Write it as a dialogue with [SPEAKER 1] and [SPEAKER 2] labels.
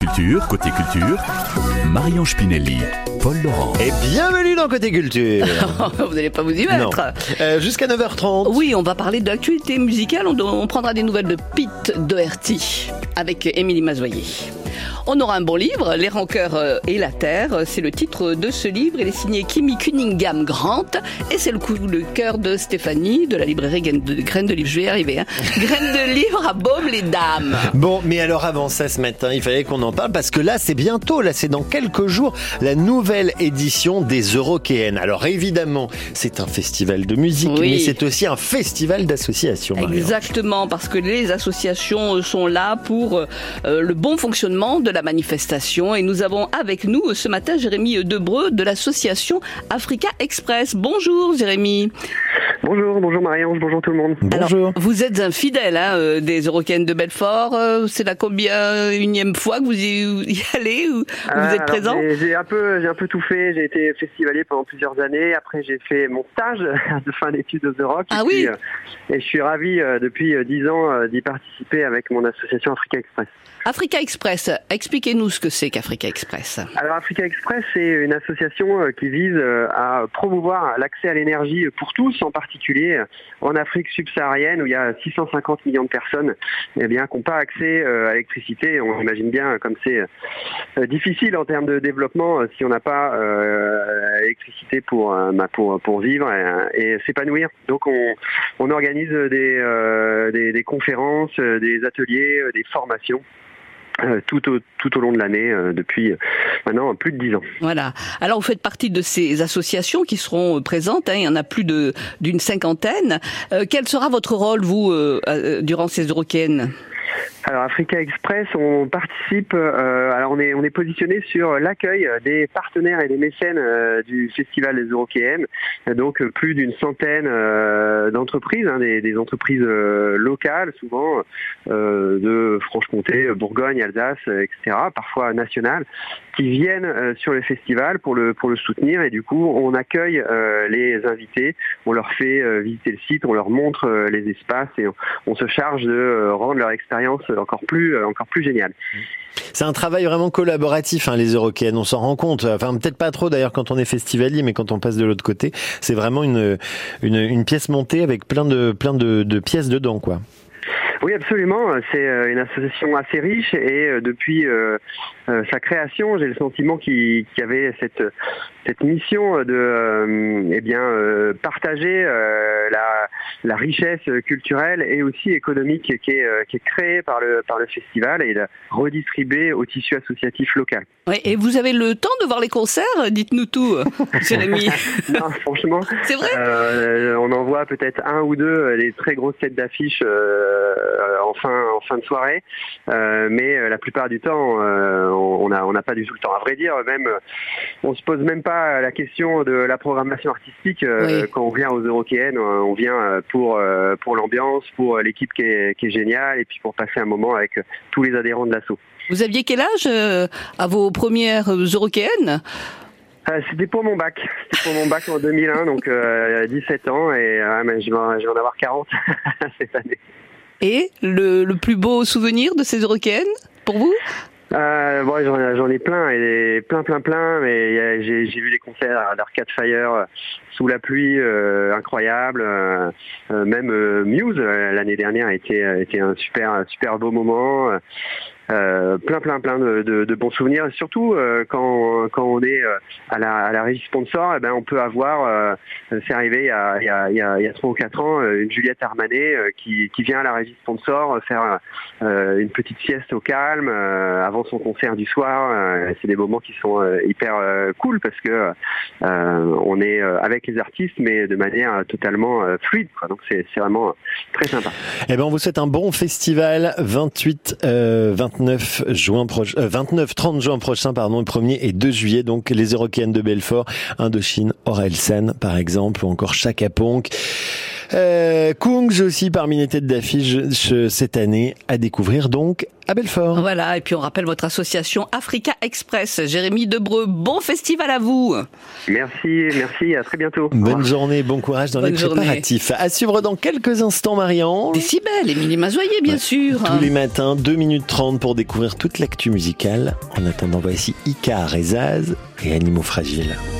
[SPEAKER 1] Côté culture, Marion Spinelli, Paul Laurent.
[SPEAKER 2] Et bienvenue dans Côté Culture.
[SPEAKER 3] Vous n'allez pas vous y mettre.
[SPEAKER 2] Jusqu'à 9h30.
[SPEAKER 3] Oui, on va parler d'actualité musicale. On prendra des nouvelles de Pete Doherty avec Émilie Mazoyer. On aura un bon livre, Les Rancœurs et la Terre. C'est le titre de ce livre. Il est signé Kimi Cunningham Grant. Et c'est le coup de cœur de Stéphanie, de la librairie Graines de Livre. Je vais y arriver. Graines de Livre à Baume-les-Dames.
[SPEAKER 2] Bon, mais alors avant ça, ce matin, il fallait qu'on en parle parce que là, c'est bientôt. Là, c'est dans quelques jours, la nouvelle édition des Eurockéennes. Alors évidemment, c'est un festival de musique,
[SPEAKER 3] oui,
[SPEAKER 2] mais c'est aussi un festival d'associations.
[SPEAKER 3] Exactement, parce que les associations sont là pour le bon fonctionnement de la manifestation. Et nous avons avec nous ce matin Jérémy Debreu de l'association Africa Express. Bonjour Jérémy.
[SPEAKER 4] Bonjour Marie-Ange, bonjour tout le monde.
[SPEAKER 2] Bonjour.
[SPEAKER 3] Alors, vous êtes un fidèle des Eurockéennes de Belfort. C'est la combien unième fois que vous y allez ou vous êtes présent?
[SPEAKER 4] J'ai un peu tout fait. J'ai été festivalier pendant plusieurs années. Après, j'ai fait mon stage de fin d'études aux Euroc.
[SPEAKER 3] Ah oui.
[SPEAKER 4] Et je suis ravi depuis 10 ans d'y participer avec mon association Africa Express.
[SPEAKER 3] Africa Express, expliquez-nous ce que c'est qu'Africa Express.
[SPEAKER 4] Alors Africa Express, c'est une association qui vise à promouvoir l'accès à l'énergie pour tous, en particulier en Afrique subsaharienne où il y a 650 millions de personnes qui n'ont pas accès à l'électricité. On imagine bien comme c'est difficile en termes de développement si on n'a pas l'électricité pour vivre et s'épanouir. Donc on organise des conférences, des ateliers, des formations. Tout au long de l'année, depuis maintenant plus de 10 ans.
[SPEAKER 3] Voilà. Alors vous faites partie de ces associations qui seront présentes, il y en a plus d'une cinquantaine. Quel sera votre rôle, vous, durant ces Eurockéennes ?
[SPEAKER 4] Alors Africa Express, on participe. Alors on est positionné sur l'accueil des partenaires et des mécènes du Festival des Eurockéennes. Donc plus d'une centaine d'entreprises, des entreprises locales, souvent de Franche-Comté, Bourgogne, Alsace, etc. Parfois nationales, qui viennent sur le festival pour le soutenir. Et du coup, on accueille les invités, on leur fait visiter le site, on leur montre les espaces et on se charge de rendre leur expérience encore plus génial.
[SPEAKER 2] C'est un travail vraiment collaboratif, les Eurockéennes, on s'en rend compte. Enfin, peut-être pas trop d'ailleurs quand on est festivalier, mais quand on passe de l'autre côté, c'est vraiment une pièce montée avec plein de pièces dedans, quoi.
[SPEAKER 4] Oui, absolument. C'est une association assez riche et depuis sa création, j'ai le sentiment qu'il y avait cette mission de partager la richesse culturelle et aussi économique qui est créée par le festival et la redistribuer au tissu associatif local.
[SPEAKER 3] Oui, et vous avez le temps de voir les concerts? Dites-nous tout, Jérémy.
[SPEAKER 4] Non, franchement. C'est vrai? On en voit peut-être un ou deux, les très grosses têtes d'affiches en fin de soirée, mais la plupart du temps on n'a pas du tout le temps. À vrai dire, même on se pose même pas la question de la programmation artistique. Oui. Quand on vient aux Eurockéennes, on vient pour l'ambiance, pour l'équipe qui est géniale et puis pour passer un moment avec tous les adhérents de l'asso.
[SPEAKER 3] Vous aviez quel âge à vos premières Eurockéennes?
[SPEAKER 4] C'était pour mon bac. C'était pour mon bac en 2001, donc 17 ans et je vais en avoir 40 cette année.
[SPEAKER 3] Et le plus beau souvenir de ces Eurockéennes pour vous?
[SPEAKER 4] J'en ai plein, et plein, mais j'ai vu des concerts d'Arcade Fire sous la pluie, incroyable. Même Muse l'année dernière a été un super beau moment. Plein de bons souvenirs, et surtout quand on est à la régie sponsor, on peut avoir, c'est arrivé il y a 3 ou 4 ans, une Juliette Armanet qui vient à la régie sponsor faire une petite sieste au calme avant son concert du soir. C'est des moments qui sont hyper cool parce que on est avec les artistes mais de manière totalement fluide, quoi. Donc c'est vraiment très sympa.
[SPEAKER 2] On vous souhaite un bon festival 29, 30 juin prochain, 1er et 2 juillet, donc les Eurockéennes de Belfort, Indochine, Orelsan par exemple, ou encore Chaka Ponk. Kungs aussi parmi les têtes d'affiche cette année à découvrir donc à Belfort.
[SPEAKER 3] Voilà, et puis on rappelle votre association Africa Express. Jérémy Debreu, bon festival à vous.
[SPEAKER 4] Merci, à très bientôt.
[SPEAKER 2] Bonne journée, bon courage dans les préparatifs. À suivre dans quelques instants, Marianne.
[SPEAKER 3] Décibel, Émilie Mazoyer, bien sûr.
[SPEAKER 2] Tous les matins, 2 minutes 30 pour découvrir toute l'actu musicale. En attendant, voici Icar et Zaz et Animaux Fragiles.